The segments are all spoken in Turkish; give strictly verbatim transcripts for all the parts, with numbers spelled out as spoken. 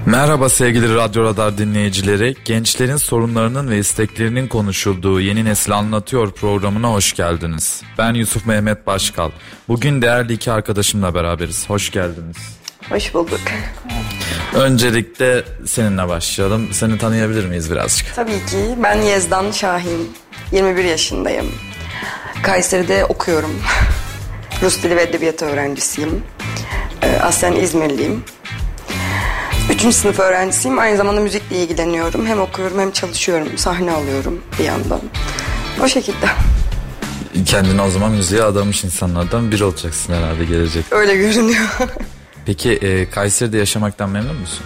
Merhaba sevgili Radyo Radar dinleyicileri. Gençlerin sorunlarının ve isteklerinin konuşulduğu Yeni Nesil Anlatıyor programına hoş geldiniz. Ben Yusuf Mehmet Başkal. Bugün değerli iki arkadaşımla beraberiz. Hoş geldiniz. Hoş bulduk. Öncelikle seninle başlayalım. Seni tanıyabilir miyiz birazcık? Tabii ki. Ben Yezdan Şahin. yirmi bir yaşındayım. Kayseri'de okuyorum. Rus Dili ve Edebiyatı öğrencisiyim. Ee, aslen İzmirliyim. Üçüncü sınıf öğrencisiyim. Aynı zamanda müzikle ilgileniyorum. Hem okuyorum hem çalışıyorum. Sahne alıyorum bir yandan. O şekilde. Kendini o zaman müziğe adamış insanlardan biri olacaksın herhalde gelecek. Öyle görünüyor. Peki e, Kayseri'de yaşamaktan memnun musun?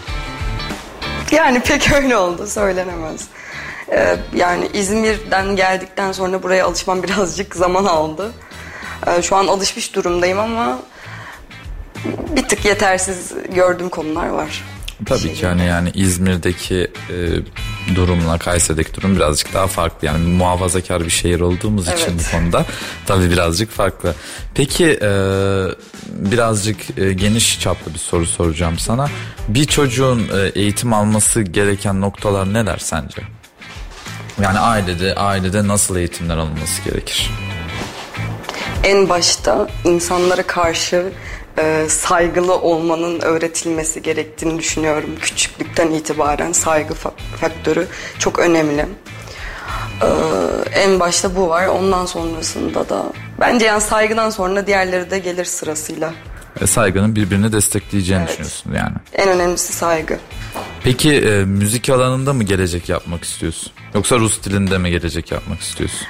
Yani pek öyle oldu, söylenemez. Ee, yani İzmir'den geldikten sonra buraya alışmam birazcık zaman aldı. Ee, şu an alışmış durumdayım ama bir tık yetersiz gördüğüm konular var. Tabii şey ki hani yani İzmir'deki e, durumla Kayseri'deki durum birazcık daha farklı. Yani muhafazakar bir şehir olduğumuz evet. için bu konuda tabii birazcık farklı. Peki e, birazcık e, geniş çaplı bir soru soracağım sana. Bir çocuğun e, eğitim alması gereken noktalar neler sence? Yani ailede ailede nasıl eğitimler alınması gerekir? En başta insanlara karşı e, saygılı olmanın öğretilmesi gerektiğini düşünüyorum. Küçüklükten itibaren saygı faktörü çok önemli. E, en başta bu var. Ondan sonrasında da bence yani saygıdan sonra diğerleri de gelir sırasıyla. E, saygının birbirini destekleyeceğini evet. düşünüyorsun yani. En önemlisi saygı. Peki e, müzik alanında mı gelecek yapmak istiyorsun? Yoksa Rus dilinde mi gelecek yapmak istiyorsun?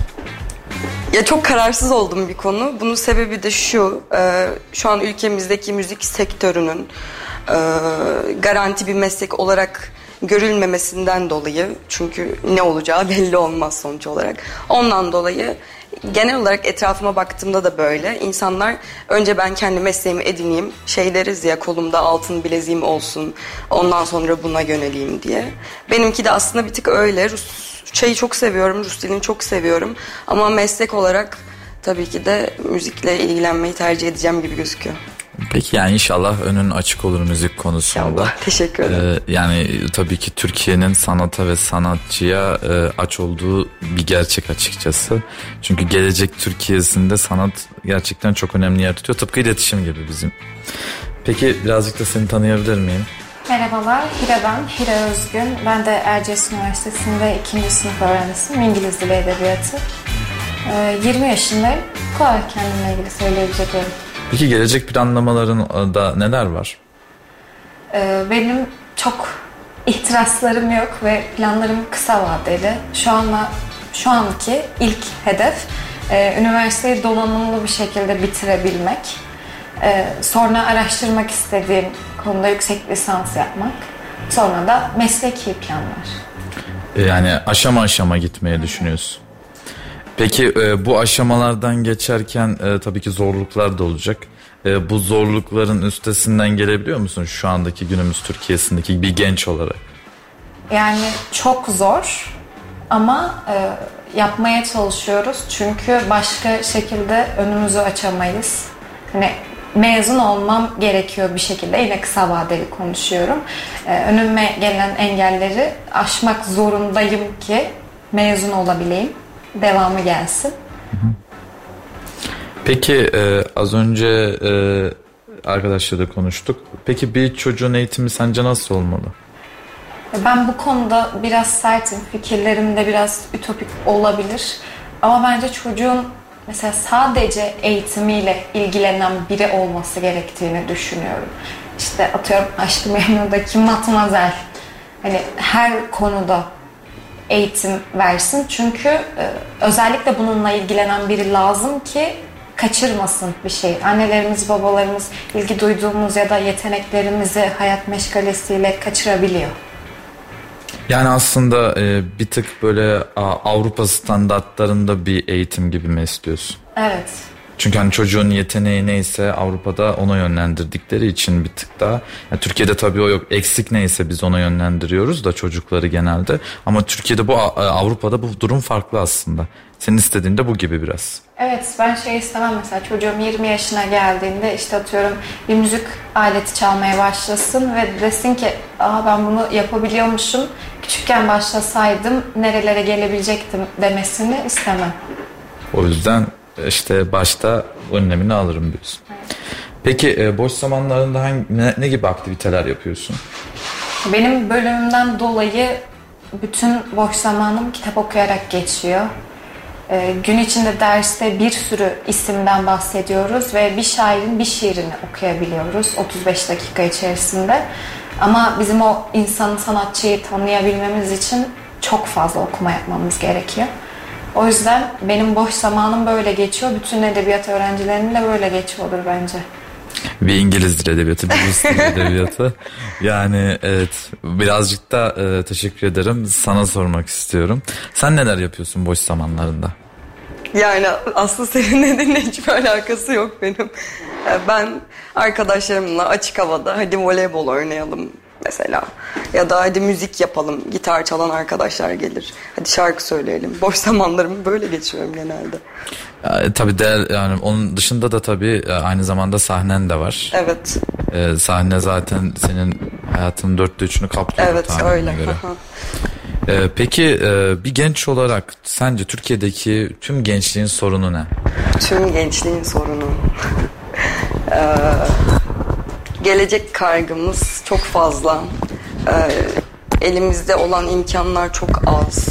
Ya çok kararsız olduğum bir konu. Bunun sebebi de şu. E, şu an ülkemizdeki müzik sektörünün e, garanti bir meslek olarak görülmemesinden dolayı. Çünkü ne olacağı belli olmaz sonuç olarak. Ondan dolayı genel olarak etrafıma baktığımda da böyle. İnsanlar önce ben kendi mesleğimi edineyim. Şey deriz ya, kolumda altın bileziğim olsun. Ondan sonra buna yöneleyim diye. Benimki de aslında bir tık öyle. Rusçayı çok seviyorum. Rus dilini çok seviyorum. Ama meslek olarak tabii ki de müzikle ilgilenmeyi tercih edeceğim gibi gözüküyor. Peki yani inşallah önün açık olur müzik konusunda. İnşallah. Teşekkür ederim. Ee, yani tabii ki Türkiye'nin sanata ve sanatçıya e, aç olduğu bir gerçek açıkçası. Çünkü gelecek Türkiye'sinde sanat gerçekten çok önemli yer tutuyor. Tıpkı iletişim gibi bizim. Peki birazcık da seni tanıyabilir miyim? Merhabalar, Hira ben, Hira Özgün. Ben de Erciyes Üniversitesi'nde ikinci sınıf öğrencisiyim, İngiliz Dili Edebiyatı. Ee, yirmi yaşındayım. Bu kadar kendimle ilgili söyleyebileceklerim. Peki gelecek planlamalarında neler var? Ee, benim çok ihtiraslarım yok ve planlarım kısa vadeli. Şu anda, şu anki ilk hedef e, üniversiteyi donanımlı bir şekilde bitirebilmek. E, sonra araştırmak istediğim konuda yüksek lisans yapmak. Sonra da mesleki planlar. Yani aşama aşama gitmeye düşünüyorsun. Peki e, bu aşamalardan geçerken e, tabii ki zorluklar da olacak. E, bu zorlukların üstesinden gelebiliyor musun şu andaki günümüz Türkiye'sindeki bir genç olarak? Yani çok zor ama e, yapmaya çalışıyoruz. Çünkü başka şekilde önümüzü açamayız. Hani mezun olmam gerekiyor bir şekilde. Yine kısa vadeli konuşuyorum. E, önüme gelen engelleri aşmak zorundayım ki mezun olabileyim. Devamı gelsin. Peki e, az önce e, arkadaşlarla konuştuk. Peki bir çocuğun eğitimi sence nasıl olmalı? Ben bu konuda biraz sertim. Fikirlerim de biraz ütopik olabilir. Ama bence çocuğun mesela sadece eğitimiyle ilgilenen biri olması gerektiğini düşünüyorum. İşte atıyorum Aşk-ı Memnu'daki Matmazel. Hani her konuda eğitim versin. Çünkü e, özellikle bununla ilgilenen biri lazım ki kaçırmasın bir şey. Annelerimiz, babalarımız ilgi duyduğumuz ya da yeteneklerimizi hayat meşgalesiyle kaçırabiliyor. Yani aslında e, bir tık böyle a, Avrupa standartlarında bir eğitim gibi mi istiyorsun? Evet. Çünkü hani çocuğun yeteneği neyse Avrupa'da ona yönlendirdikleri için bir tık daha. Yani Türkiye'de tabii o yok. Eksik neyse biz ona yönlendiriyoruz da çocukları genelde. Ama Türkiye'de bu Avrupa'da bu durum farklı aslında. Senin istediğin de bu gibi biraz. Evet, ben şey istemem mesela çocuğum yirmi yaşına geldiğinde işte atıyorum bir müzik aleti çalmaya başlasın ve desin ki aa ben bunu yapabiliyormuşum, küçükken başlasaydım nerelere gelebilecektim demesini istemem. O yüzden işte başta önlemini alırım diyorsun. Evet. Peki boş zamanlarında hangi, ne, ne gibi aktiviteler yapıyorsun? Benim bölümümden dolayı bütün boş zamanım kitap okuyarak geçiyor. Ee, gün içinde derste bir sürü isimden bahsediyoruz ve bir şairin bir şiirini okuyabiliyoruz otuz beş dakika içerisinde. Ama bizim o insanı, sanatçıyı tanıyabilmemiz için çok fazla okuma yapmamız gerekiyor. O yüzden benim boş zamanım böyle geçiyor. Bütün edebiyat öğrencilerinin de böyle geçiyordur bence. Bir İngiliz dil edebiyatı, bir Rus dil edebiyatı. Yani evet, birazcık da e, teşekkür ederim. Sana sormak istiyorum. Sen neler yapıyorsun boş zamanlarında? Yani aslında senin dediğinle hiçbir alakası yok benim. Ben arkadaşlarımla açık havada hadi voleybol oynayalım mesela. Ya da hadi müzik yapalım. Gitar çalan arkadaşlar gelir. Hadi şarkı söyleyelim. Boş zamanlarımı böyle geçiriyorum genelde. E, tabii de, yani onun dışında da tabii aynı zamanda sahnen de var. Evet. E, sahne zaten senin hayatının dörtte üçünü kaplıyor. Evet öyle. Göre. e, peki e, bir genç olarak sence Türkiye'deki tüm gençliğin sorunu ne? Tüm gençliğin sorunu. ee, gelecek kaygımız çok fazla. Ee, elimizde olan imkanlar çok az.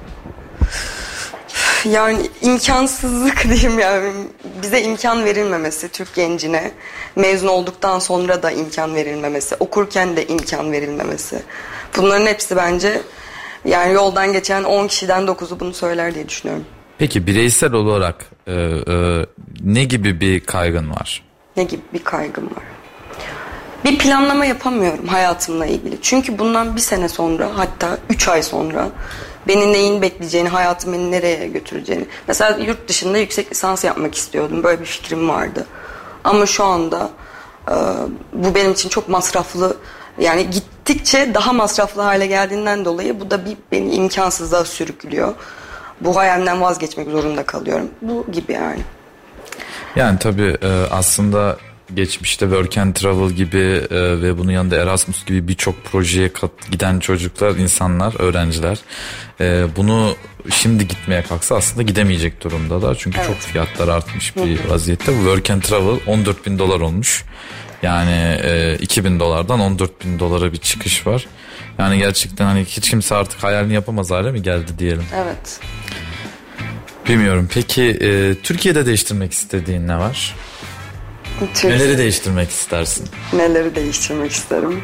Yani imkansızlık diyeyim yani bize imkan verilmemesi Türk gencine, mezun olduktan sonra da imkan verilmemesi, okurken de imkan verilmemesi. Bunların hepsi bence yani yoldan geçen on kişiden dokuzu bunu söyler diye düşünüyorum. Peki bireysel olarak e, e, ne gibi bir kaygın var? Ne gibi bir kaygım var? Bir planlama yapamıyorum hayatımla ilgili. Çünkü bundan bir sene sonra hatta üç ay sonra beni neyin bekleyeceğini, hayatım beni nereye götüreceğini. Mesela yurt dışında yüksek lisans yapmak istiyordum. Böyle bir fikrim vardı. Ama şu anda e, bu benim için çok masraflı. Yani gittikçe daha masraflı hale geldiğinden dolayı bu da bir beni imkansızlığa sürüklüyor. Bu hayalimden vazgeçmek zorunda kalıyorum. Bu gibi yani. Yani tabii aslında geçmişte Work and Travel gibi ve bunun yanında Erasmus gibi birçok projeye giden çocuklar, insanlar, öğrenciler bunu şimdi gitmeye kalksa aslında gidemeyecek durumdalar. Çünkü evet, çok fiyatlar artmış bir hı hı. vaziyette. Work and Travel on dört bin dolar olmuş. Yani iki bin dolardan on dört bin dolara bir çıkış var. Yani gerçekten hani hiç kimse artık hayalini yapamaz hale mi geldi diyelim. Evet. Bilmiyorum. Peki e, Türkiye'de değiştirmek istediğin ne var? Türkiye... Neleri değiştirmek istersin? Neleri değiştirmek isterim?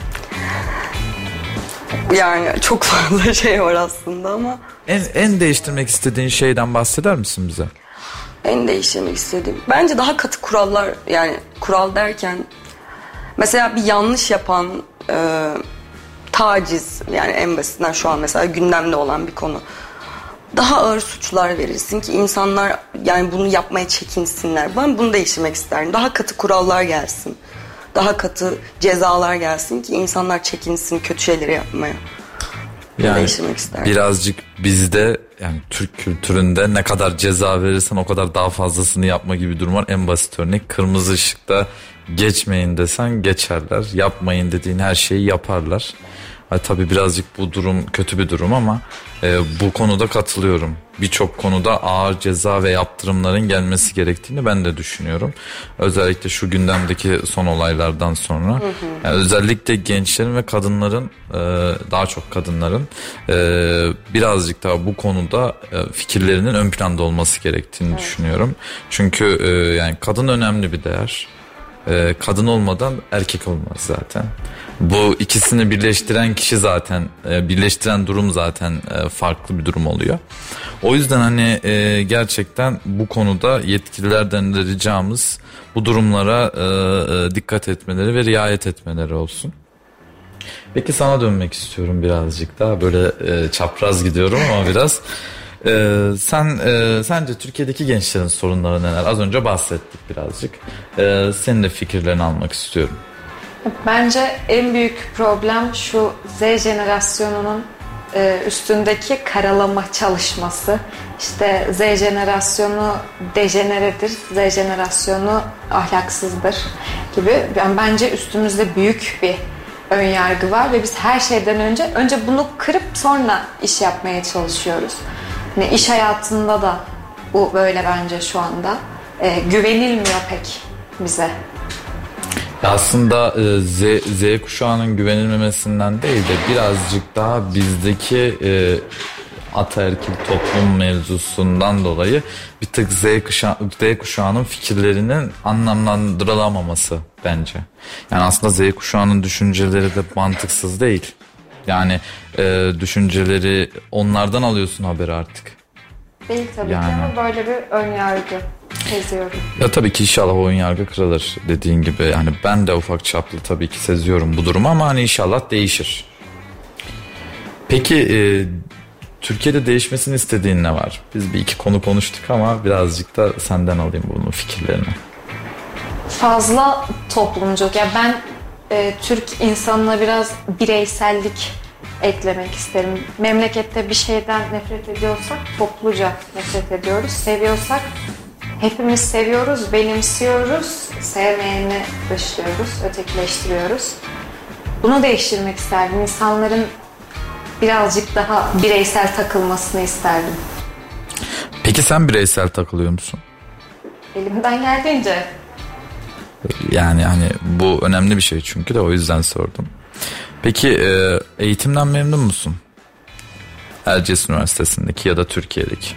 Yani çok fazla şey var aslında ama... En, en değiştirmek istediğin şeyden bahseder misin bize? En değiştirmek istediğim... Bence daha katı kurallar, yani kural derken... Mesela bir yanlış yapan... E, taciz, yani en basitinden şu an mesela gündemde olan bir konu. Daha ağır suçlar verirsin ki insanlar yani bunu yapmaya çekinsinler. Ben bunu değiştirmek isterim. Daha katı kurallar gelsin. Daha katı cezalar gelsin ki insanlar çekinsin kötü şeyleri yapmaya. Bunu yani değiştirmek isterim. Birazcık bizde yani Türk kültüründe ne kadar ceza verirsen o kadar daha fazlasını yapma gibi bir durum var. En basit örnek kırmızı ışıkta geçmeyin desen geçerler. Yapmayın dediğin her şeyi yaparlar. Ay, tabii birazcık bu durum kötü bir durum ama e, bu konuda katılıyorum. Birçok konuda ağır ceza ve yaptırımların gelmesi gerektiğini ben de düşünüyorum. Özellikle şu gündemdeki son olaylardan sonra. Hı hı. Yani özellikle gençlerin ve kadınların, e, daha çok kadınların e, birazcık daha bu konuda e, fikirlerinin ön planda olması gerektiğini evet. düşünüyorum. Çünkü e, yani kadın önemli bir değer. E, kadın olmadan erkek olmaz zaten. Bu ikisini birleştiren kişi zaten, birleştiren durum zaten farklı bir durum oluyor. O yüzden hani gerçekten bu konuda yetkililerden de ricamız bu durumlara dikkat etmeleri ve riayet etmeleri olsun. Peki sana dönmek istiyorum birazcık daha. Böyle çapraz gidiyorum ama biraz. Ee, sen e, sence Türkiye'deki gençlerin sorunları neler? Az önce bahsettik birazcık. Ee, senin de fikirlerini almak istiyorum. Bence en büyük problem şu Z jenerasyonunun e, üstündeki karalama çalışması. İşte Z jenerasyonu dejeneredir, Z jenerasyonu ahlaksızdır gibi. Yani bence üstümüzde büyük bir ön yargı var ve biz her şeyden önce önce bunu kırıp sonra iş yapmaya çalışıyoruz. Yani iş hayatında da bu böyle bence şu anda. E, güvenilmiyor pek bize. Aslında e, Z, Z kuşağının güvenilmemesinden değil de birazcık daha bizdeki e, ataerkil toplum mevzusundan dolayı bir tık Z kuşağı, Z kuşağının fikirlerinin anlamlandırılamaması bence. Yani aslında Z kuşağının düşünceleri de mantıksız değil. Yani e, düşünceleri onlardan alıyorsun haberi artık. Değil tabii yani. ki ama böyle bir ön yargı seziyorum. Ya tabii ki inşallah o ön yargı kırılır dediğin gibi. Yani ben de ufak çaplı tabii ki seziyorum bu durumu ama hani inşallah değişir. Peki e, Türkiye'de değişmesini istediğin ne var? Biz bir iki konu konuştuk ama birazcık da senden alayım bunun fikirlerini. Fazla toplumculuk. Ya ben e, Türk insanına biraz bireysellik eklemek isterim. Memlekette bir şeyden nefret ediyorsak topluca nefret ediyoruz. Seviyorsak hepimiz seviyoruz, benimsiyoruz. Sevmeyeni dışlıyoruz, ötekileştiriyoruz. Bunu değiştirmek isterdim. İnsanların birazcık daha bireysel takılmasını isterdim. Peki sen bireysel takılıyor musun? Elimden geldiğince. Yani hani bu önemli bir şey çünkü de o yüzden sordum. Peki e, eğitimden memnun musun? Erciyes Üniversitesi'ndeki ya da Türkiye'deki.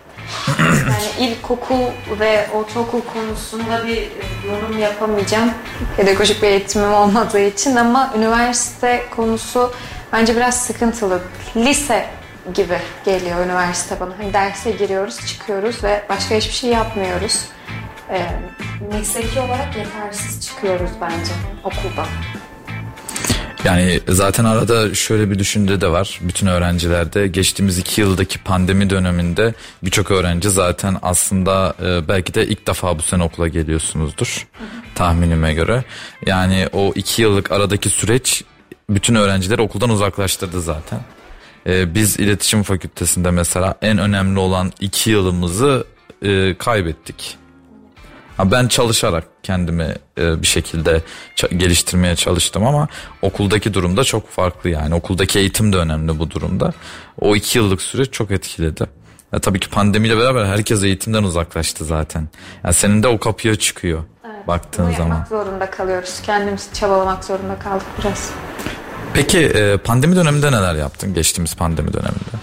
Yani ilkokul ve ortaokul konusunda bir yorum yapamayacağım. Pedagojik bir eğitimim olmadığı için ama üniversite konusu bence biraz sıkıntılı. Lise gibi geliyor üniversite bana. Hani derse giriyoruz, çıkıyoruz ve başka hiçbir şey yapmıyoruz. Ee, mesleki olarak yetersiz çıkıyoruz bence okuldan. Yani zaten arada şöyle bir düşünce de var bütün öğrencilerde. Geçtiğimiz iki yıldaki pandemi döneminde birçok öğrenci zaten aslında e, belki de ilk defa bu sene okula geliyorsunuzdur tahminime göre. Yani o iki yıllık aradaki süreç bütün öğrencileri okuldan uzaklaştırdı zaten. E, biz iletişim fakültesinde mesela en önemli olan iki yılımızı e, kaybettik. Ben çalışarak kendimi bir şekilde geliştirmeye çalıştım ama okuldaki durum da çok farklı yani. Okuldaki eğitim de önemli bu durumda. O iki yıllık süreç çok etkiledi. Ya tabii ki pandemiyle beraber herkes eğitimden uzaklaştı zaten. Yani senin de o kapıya çıkıyor evet, baktığın zaman. Yapmak zorunda kalıyoruz. Kendimiz çabalamak zorunda kaldık biraz. Peki pandemi döneminde neler yaptın? Geçtiğimiz pandemi döneminde.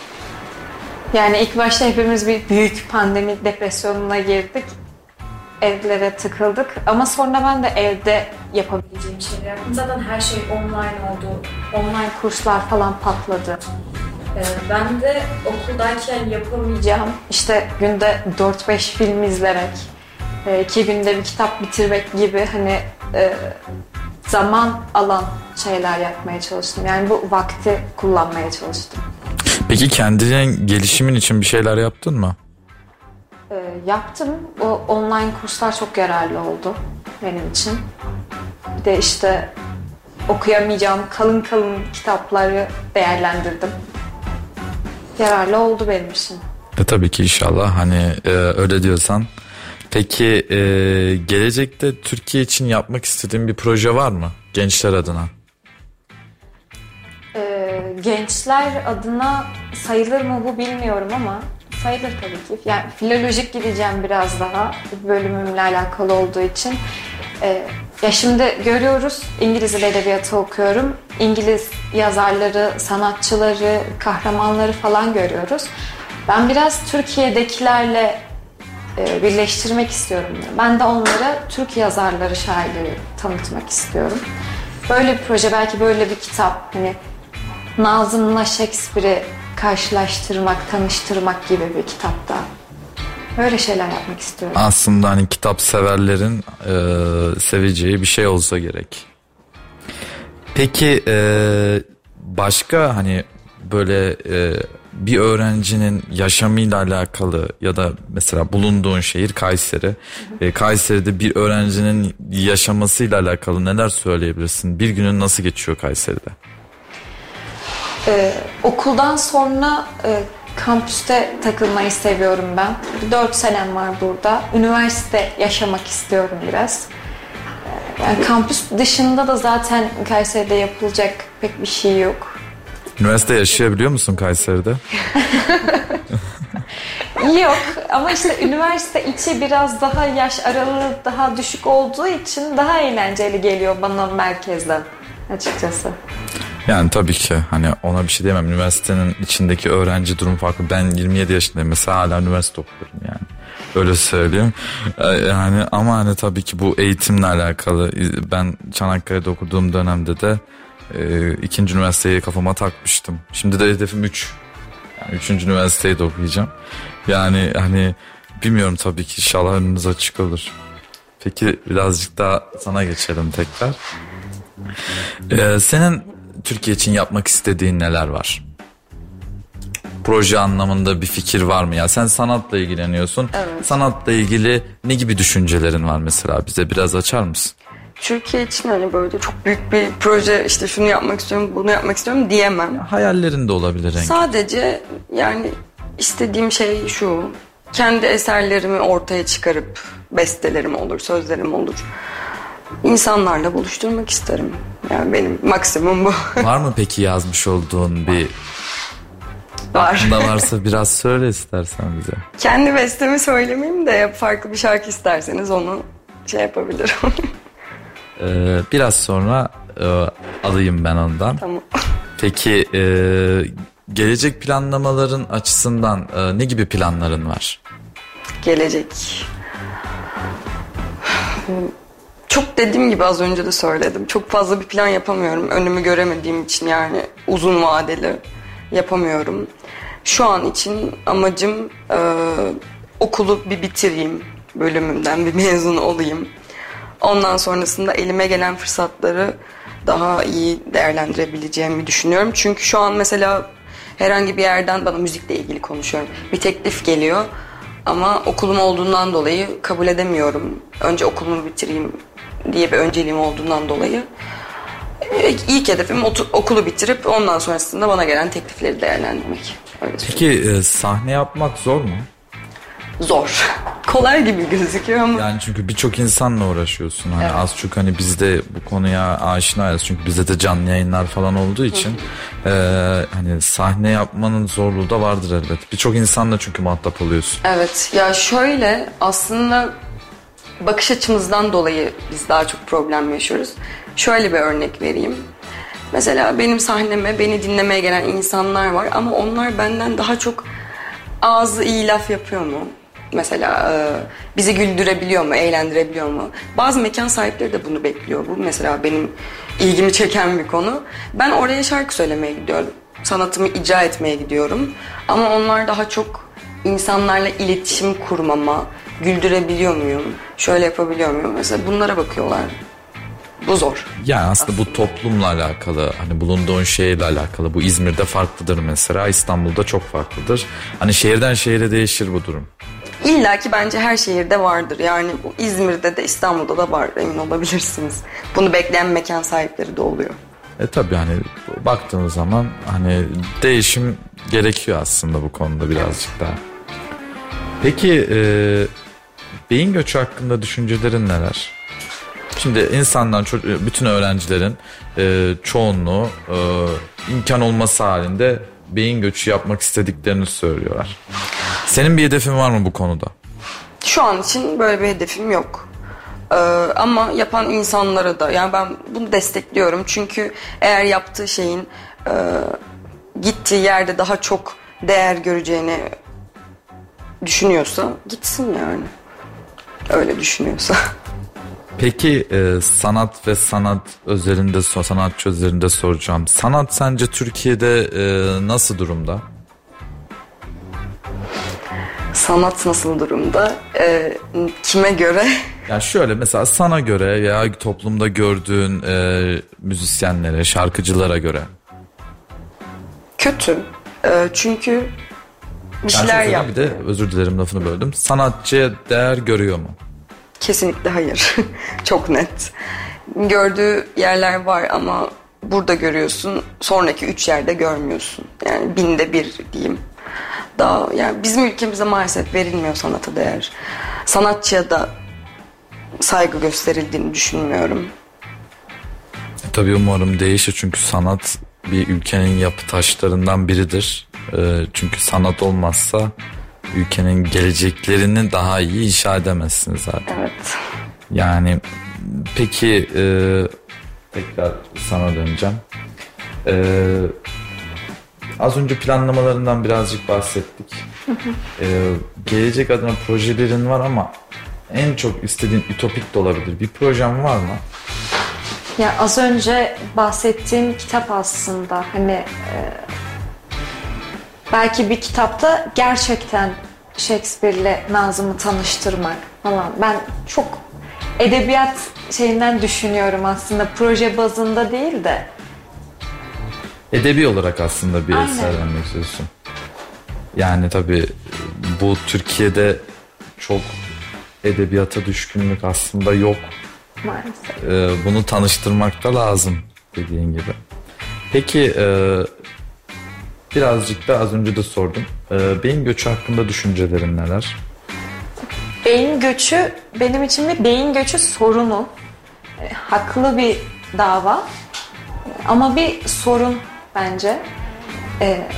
Yani ilk başta hepimiz bir büyük pandemi depresyonuna girdik. Evlere tıkıldık ama sonra ben de evde yapabileceğim şeyler yaptım. Zaten her şey online oldu. Online kurslar falan patladı. Ee, ben de okuldayken yapamayacağım işte günde dört beş film izlemek, e, iki günde bir kitap bitirmek gibi hani e, zaman alan şeyler yapmaya çalıştım. Yani bu vakti kullanmaya çalıştım. Peki kendinin gelişimin için bir şeyler yaptın mı? E, yaptım. O online kurslar çok yararlı oldu benim için. Bir de işte okuyamayacağım kalın kalın kitapları değerlendirdim. Yararlı oldu benim için. E tabii ki inşallah hani e, öyle diyorsan. Peki e, gelecekte Türkiye için yapmak istediğin bir proje var mı gençler adına? E, gençler adına sayılır mı bu bilmiyorum ama sayılır tabii ki. Yani filolojik gideceğim biraz daha bölümümle alakalı olduğu için. Ee, ya şimdi görüyoruz İngiliz edebiyatı okuyorum. İngiliz yazarları, sanatçıları, kahramanları falan görüyoruz. Ben biraz Türkiye'dekilerle e, birleştirmek istiyorum. Ben de onlara Türk yazarları, şairleri tanıtmak istiyorum. Böyle bir proje, belki böyle bir kitap. Hani Nazım'la Shakespeare'i karşılaştırmak, tanıştırmak gibi bir kitapta. Böyle şeyler yapmak istiyorum. Aslında hani kitap severlerin e, seveceği bir şey olsa gerek. Peki e, başka hani böyle e, bir öğrencinin yaşamıyla alakalı ya da mesela bulunduğun şehir Kayseri. E, Kayseri'de bir öğrencinin yaşamasıyla alakalı neler söyleyebilirsin? Bir günün nasıl geçiyor Kayseri'de? Ee, okuldan sonra e, kampüste takılmayı seviyorum ben. Dört senem var burada. Üniversite yaşamak istiyorum biraz. Yani kampüs dışında da zaten Kayseri'de yapılacak pek bir şey yok. Üniversite yaşayabiliyor musun Kayseri'de? Yok ama işte üniversite içi biraz daha yaş aralığı daha düşük olduğu için daha eğlenceli geliyor bana merkezden açıkçası. Yani tabii ki hani ona bir şey diyemem. Üniversitenin içindeki öğrenci durum farklı. Ben yirmi yedi yaşındayım mesela, hala üniversite okuyorum yani. Öyle söyleyeyim. Yani ama hani tabii ki bu eğitimle alakalı. Ben Çanakkale'de okuduğum dönemde de e, ikinci üniversiteyi kafama takmıştım. Şimdi de hedefim üç. Yani üçüncü üniversiteyi de okuyacağım. Yani hani bilmiyorum, tabii ki inşallah önünüz açık olur. Peki birazcık daha sana geçelim tekrar. Ee, senin Türkiye için yapmak istediğin neler var? Proje anlamında bir fikir var mı ya? Sen sanatla ilgileniyorsun. Evet. Sanatla ilgili ne gibi düşüncelerin var mesela? Bize biraz açar mısın? Türkiye için hani böyle çok büyük bir proje, işte şunu yapmak istiyorum, bunu yapmak istiyorum diyemem. Hayallerin de olabilir renk. Sadece yani istediğim şey şu: kendi eserlerimi ortaya çıkarıp, bestelerim olur, sözlerim olur, İnsanlarla buluşturmak isterim. Yani benim maksimum bu. Var mı peki yazmış olduğun bir... Var. Aklında varsa biraz söyle istersen bize. Kendi bestemi söylemeyeyim de farklı bir şarkı isterseniz onu şey yapabilirim. Ee, biraz sonra e, alayım ben ondan. Tamam. Peki e, gelecek planlamaların açısından e, ne gibi planların var? Gelecek. Çok dediğim gibi az önce de söyledim. Çok fazla bir plan yapamıyorum. Önümü göremediğim için yani uzun vadeli yapamıyorum. Şu an için amacım e, okulu bir bitireyim. Bölümümden bir mezun olayım. Ondan sonrasında elime gelen fırsatları daha iyi değerlendirebileceğimi düşünüyorum. Çünkü şu an mesela herhangi bir yerden bana müzikle ilgili konuşuyorum. Bir teklif geliyor ama okulum olduğundan dolayı kabul edemiyorum. Önce okulumu bitireyim diye bir önceliğim olduğundan dolayı. İlk hedefim okulu bitirip ondan sonrasında bana gelen teklifleri değerlendirmek. Öyle Peki e, sahne yapmak zor mu? Zor. Kolay gibi gözüküyor ama. Yani çünkü birçok insanla uğraşıyorsun. Hani evet. Az çok hani biz de bu konuya aşinayız. Çünkü bizde de canlı yayınlar falan olduğu için e, hani sahne yapmanın zorluğu da vardır elbet. Birçok insanla çünkü muhatap oluyorsun. Evet. Ya şöyle, aslında bakış açımızdan dolayı biz daha çok problem yaşıyoruz. Şöyle bir örnek vereyim. Mesela benim sahneme beni dinlemeye gelen insanlar var ama onlar benden daha çok ağzı iyi laf yapıyor mu? Mesela e, bizi güldürebiliyor mu, eğlendirebiliyor mu? Bazı mekan sahipleri de bunu bekliyor. Bu mesela benim ilgimi çeken bir konu. Ben oraya şarkı söylemeye gidiyorum. Sanatımı icra etmeye gidiyorum. Ama onlar daha çok insanlarla iletişim kurmama, güldürebiliyor muyum, şöyle yapabiliyor muyum? Mesela bunlara bakıyorlar. Bu zor. Yani aslında, aslında bu toplumla alakalı, hani bulunduğun şehirle alakalı. Bu İzmir'de farklıdır mesela, İstanbul'da çok farklıdır. Hani şehirden şehire değişir bu durum. İlla ki bence her şehirde vardır. Yani bu İzmir'de de İstanbul'da da var, emin olabilirsiniz. Bunu bekleyen mekan sahipleri de oluyor. E tabii hani baktığınız zaman hani değişim gerekiyor aslında bu konuda birazcık daha. Peki e, beyin göçü hakkında düşüncelerin neler? Şimdi insanlar, bütün öğrencilerin e, çoğunluğu e, imkan olması halinde beyin göçü yapmak istediklerini söylüyorlar. Senin bir hedefin var mı bu konuda? Şu an için böyle bir hedefim yok. Ee, ama yapan insanlara da, yani ben bunu destekliyorum. Çünkü eğer yaptığı şeyin e, gittiği yerde daha çok değer göreceğini düşünüyorsa gitsin yani. Öyle düşünüyorsa. Peki e, sanat ve sanat özelinde, sanatçı özelinde soracağım. Sanat sence Türkiye'de e, nasıl durumda? Sanat nasıl durumda? E, kime göre? Yani şöyle, mesela sana göre veya toplumda gördüğün e, müzisyenlere, şarkıcılara göre. Kötü. Ee, çünkü bir şeyler yani yaptı. Bir de özür dilerim lafını böldüm. Sanatçıya değer görüyor mu? Kesinlikle hayır. Çok net. Gördüğü yerler var ama burada görüyorsun, sonraki üç yerde görmüyorsun. Yani binde bir diyeyim. Daha yani bizim ülkemizde maalesef verilmiyor sanata değer. Sanatçıya da saygı gösterildiğini düşünmüyorum. E, tabii umarım değişir çünkü sanat bir ülkenin yapı taşlarından biridir. E, çünkü sanat olmazsa ülkenin geleceklerini daha iyi inşa edemezsiniz zaten. Evet. Yani peki e, tekrar sana döneceğim. E, az önce planlamalarından birazcık bahsettik. e, gelecek adına projelerin var ama en çok istediğin ütopik de olabilir. Bir projem var mı? Ya az önce bahsettiğim kitap aslında hani e, belki bir kitapta gerçekten Shakespeare'le Nazım'ı tanıştırmak falan. Ben çok edebiyat şeyinden düşünüyorum aslında, proje bazında değil de. Edebi olarak aslında bir Aynen. eser vermek istiyorsun. Yani tabii bu Türkiye'de çok edebiyata düşkünlük aslında yok. Maalesef. Ee, bunu tanıştırmak da lazım dediğin gibi. Peki e, birazcık da az önce de sordum. E, beyin göçü hakkında düşüncelerin neler? Beyin göçü benim için bir beyin göçü sorunu. E, haklı bir dava ama bir sorun bence. E,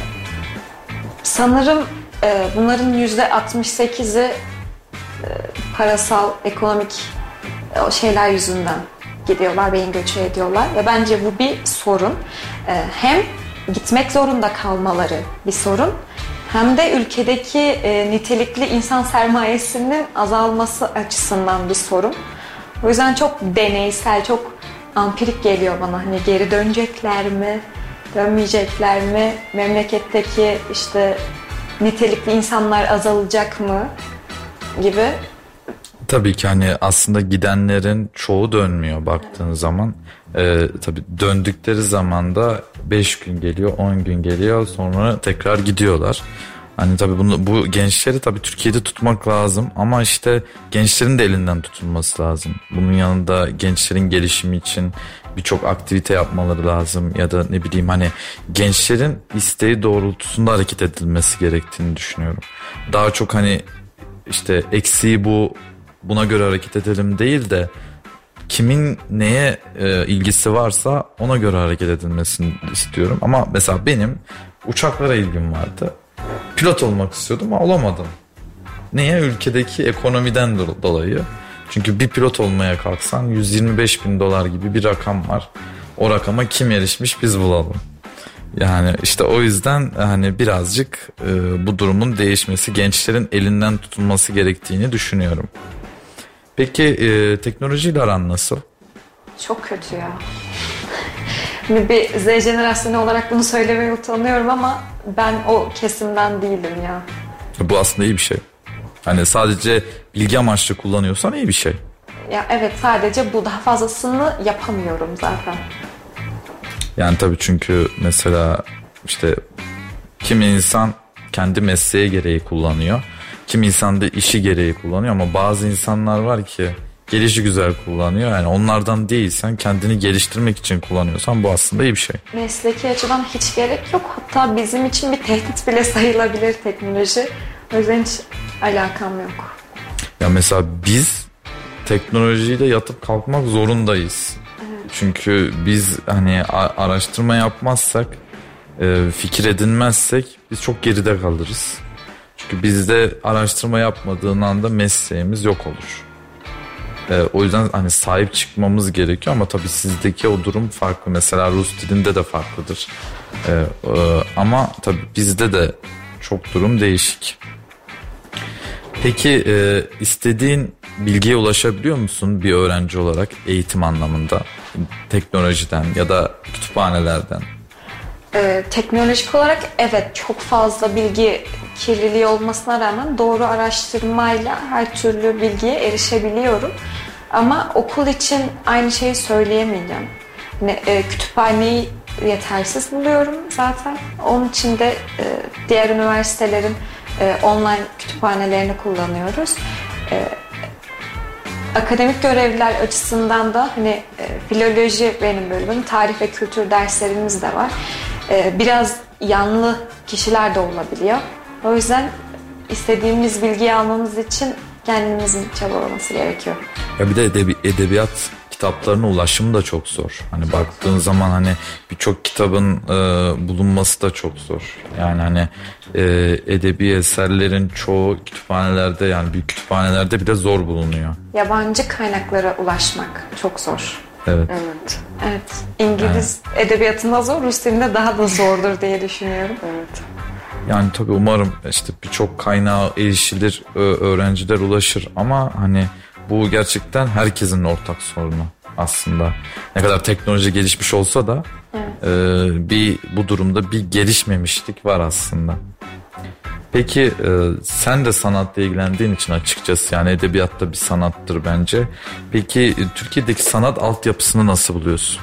sanırım e, bunların yüzde altmış sekizi e, parasal, ekonomik e, o şeyler yüzünden gidiyorlar, beyin göçü ediyorlar ve bence bu bir sorun. E, hem gitmek zorunda kalmaları bir sorun, hem de ülkedeki e, nitelikli insan sermayesinin azalması açısından bir sorun. O yüzden çok deneysel, çok ampirik geliyor bana. Hani geri dönecekler mi, dönmeyecekler mi, memleketteki işte nitelikli insanlar azalacak mı gibi. Tabii ki hani aslında gidenlerin çoğu dönmüyor baktığın zaman. Ee, tabii döndükleri zaman da beş gün geliyor, on gün geliyor, sonra tekrar gidiyorlar. Hani tabii bunu, bu gençleri tabii Türkiye'de tutmak lazım ama işte gençlerin de elinden tutulması lazım. Bunun yanında gençlerin gelişimi için birçok aktivite yapmaları lazım ya da ne bileyim hani gençlerin isteği doğrultusunda hareket edilmesi gerektiğini düşünüyorum. Daha çok hani işte eksiği bu, buna göre hareket edelim değil de kimin neye e, ilgisi varsa ona göre hareket edilmesini istiyorum. Ama mesela benim uçaklara ilgim vardı. Pilot olmak istiyordum ama olamadım. Niye? Ülkedeki ekonomiden dolayı. Çünkü bir pilot olmaya kalksan yüz yirmi beş bin dolar gibi bir rakam var. O rakama kim erişmiş biz bulalım. Yani işte o yüzden hani birazcık e, bu durumun değişmesi, gençlerin elinden tutulması gerektiğini düşünüyorum. Peki e, teknolojiyle aran nasıl? Çok kötü ya. Bir Z jenerasyonu olarak bunu söylemeye utanıyorum ama ben o kesimden değilim ya. Bu aslında iyi bir şey. Hani sadece bilgi amaçlı kullanıyorsan iyi bir şey. Ya evet, sadece bu, daha fazlasını yapamıyorum zaten. Yani tabii çünkü mesela işte kimi insan kendi mesleği gereği kullanıyor. Kimi insan da işi gereği kullanıyor ama bazı insanlar var ki gelişi güzel kullanıyor. Yani onlardan değilsen, kendini geliştirmek için kullanıyorsan bu aslında iyi bir şey. Mesleki açıdan hiç gerek yok. Hatta bizim için bir tehdit bile sayılabilir teknoloji. O yüzden hiç alakam yok. Ya mesela biz teknolojiyle yatıp kalkmak zorundayız. Evet. Çünkü biz hani araştırma yapmazsak, fikir edinmezsek biz çok geride kalırız. Çünkü bizde araştırma yapmadığın anda mesleğimiz yok olur. Ee, o yüzden hani sahip çıkmamız gerekiyor ama tabii sizdeki o durum farklı. Mesela Rus dilinde de farklıdır. Ee, e, ama tabii bizde de çok durum değişik. Peki e, istediğin bilgiye ulaşabiliyor musun bir öğrenci olarak eğitim anlamında? Teknolojiden ya da kütüphanelerden? Ee, teknolojik olarak evet, çok fazla bilgi kirliliği olmasına rağmen doğru araştırmayla her türlü bilgiye erişebiliyorum. Ama okul için aynı şeyi söyleyemeyeceğim. Ne, e, kütüphaneyi yetersiz buluyorum zaten. Onun için de e, diğer üniversitelerin e, online kütüphanelerini kullanıyoruz. E, akademik görevliler açısından da hani e, filoloji benim bölümüm, tarih ve kültür derslerimiz de var. E, biraz yanlı kişiler de olabiliyor. O yüzden istediğimiz bilgiyi almamız için kendimizin çabalaması gerekiyor. Ya bir de edebi, edebiyat kitaplarına ulaşım da çok zor. Hani baktığın zaman hani birçok kitabın e, bulunması da çok zor. Yani hani e, edebi eserlerin çoğu kütüphanelerde, yani büyük kütüphanelerde bile zor bulunuyor. Yabancı kaynaklara ulaşmak çok zor. Evet. Evet. Evet. İngiliz evet. edebiyatında zor, Rus dilinde daha da zordur diye düşünüyorum. Evet. Yani tabii umarım işte birçok kaynağa erişilir, öğrenciler ulaşır ama hani bu gerçekten herkesin ortak sorunu aslında. Ne kadar teknoloji gelişmiş olsa da evet. e, bir bu durumda bir gelişmemişlik var aslında. Peki e, sen de sanatla ilgilendiğin için açıkçası, yani edebiyatta bir sanattır bence. Peki e, Türkiye'deki sanat altyapısını nasıl buluyorsun?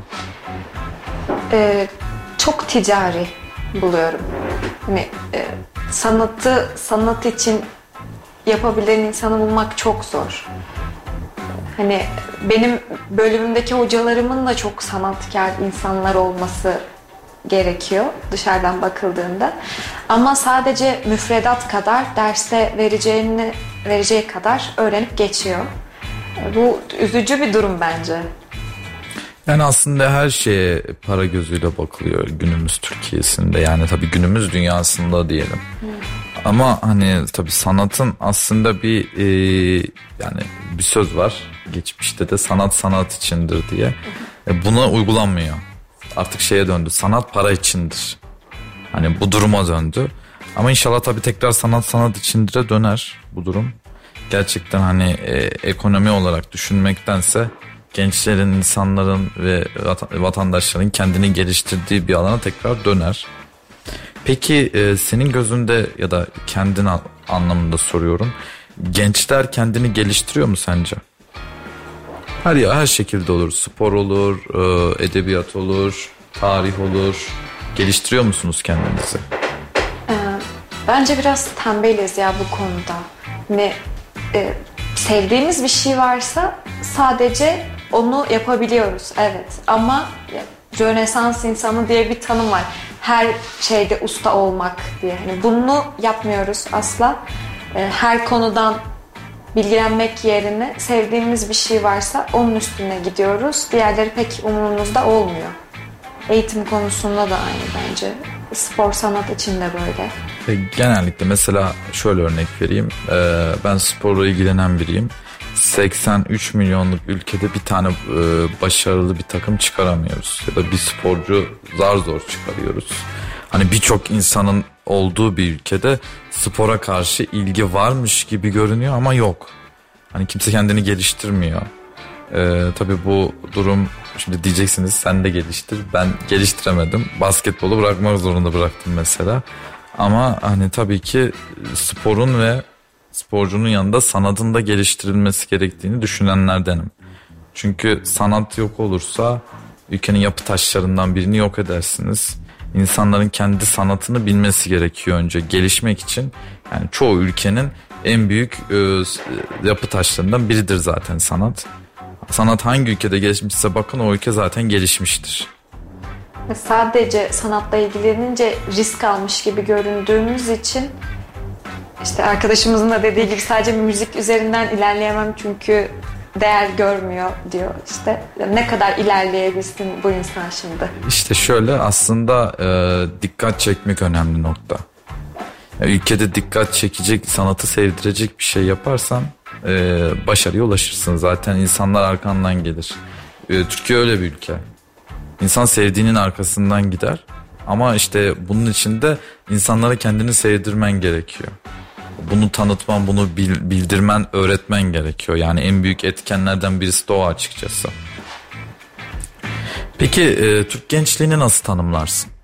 Ee, çok ticari buluyorum. Hani e, sanatı sanat için yapabilen insanı bulmak çok zor. Hani benim bölümümdeki hocalarımın da çok sanatkar insanlar olması gerekiyor dışarıdan bakıldığında. Ama sadece müfredat kadar, derste vereceğini vereceği kadar öğrenip geçiyor. Bu üzücü bir durum bence. Yani aslında her şeye para gözüyle bakılıyor günümüz Türkiye'sinde. Yani tabii günümüz dünyasında diyelim. Hmm. Ama hani tabii sanatın aslında bir e, yani bir söz var. Geçmişte de sanat sanat içindir diye. E, buna uygulanmıyor. Artık şeye döndü. Sanat para içindir. Hani bu duruma döndü. Ama inşallah tabii tekrar sanat sanat içindire döner bu durum. Gerçekten hani e, ekonomi olarak düşünmektense gençlerin, insanların ve vatandaşların kendini geliştirdiği bir alana tekrar döner. Peki e, senin gözünde ya da kendin anlamında soruyorum. Gençler kendini geliştiriyor mu sence? Her ya her şekilde olur. Spor olur, e, edebiyat olur, tarih olur. Geliştiriyor musunuz kendinizi? Ee, bence biraz tembeliz ya bu konuda. Ne e, sevdiğimiz bir şey varsa sadece onu yapabiliyoruz. Evet. Ama Rönesans insanı diye bir tanım var. Her şeyde usta olmak diye. Yani bunu yapmıyoruz asla. Her konudan bilgilenmek yerine sevdiğimiz bir şey varsa onun üstüne gidiyoruz. Diğerleri pek umurumuzda olmuyor. Eğitim konusunda da aynı bence. Spor, sanat için de böyle. Genellikle mesela şöyle örnek vereyim. Ben sporla ilgilenen biriyim. seksen üç milyonluk ülkede bir tane başarılı bir takım çıkaramıyoruz. Ya da bir sporcu zar zor çıkarıyoruz. Hani birçok insanın olduğu bir ülkede spora karşı ilgi varmış gibi görünüyor ama yok. Hani kimse kendini geliştirmiyor. Ee, tabii bu durum, şimdi diyeceksiniz sen de geliştir. Ben geliştiremedim. Basketbolu bırakmak zorunda bıraktım mesela. Ama hani tabii ki sporun ve sporcunun yanında sanatın da geliştirilmesi gerektiğini düşünenlerdenim. Çünkü sanat yok olursa ülkenin yapı taşlarından birini yok edersiniz. İnsanların kendi sanatını bilmesi gerekiyor önce gelişmek için. Yani çoğu ülkenin en büyük e, yapı taşlarından biridir zaten sanat. Sanat hangi ülkede gelişmişse bakın o ülke zaten gelişmiştir. Sadece sanatla ilgilenince risk almış gibi göründüğümüz için, işte arkadaşımızın da dediği gibi sadece müzik üzerinden ilerleyemem çünkü değer görmüyor diyor. İşte ne kadar ilerleyebilsin bu insan şimdi? İşte şöyle aslında e, dikkat çekmek önemli nokta. Yani ülkede dikkat çekecek, sanatı sevdirecek bir şey yaparsan e, başarıya ulaşırsın. Zaten insanlar arkandan gelir. E, Türkiye öyle bir ülke. İnsan sevdiğinin arkasından gider. Ama işte bunun için de insanlara kendini sevdirmen gerekiyor. Bunu tanıtman, bunu bildirmen, öğretmen gerekiyor. Yani en büyük etkenlerden birisi de o açıkçası. Peki e, Türk gençliğini nasıl tanımlarsın?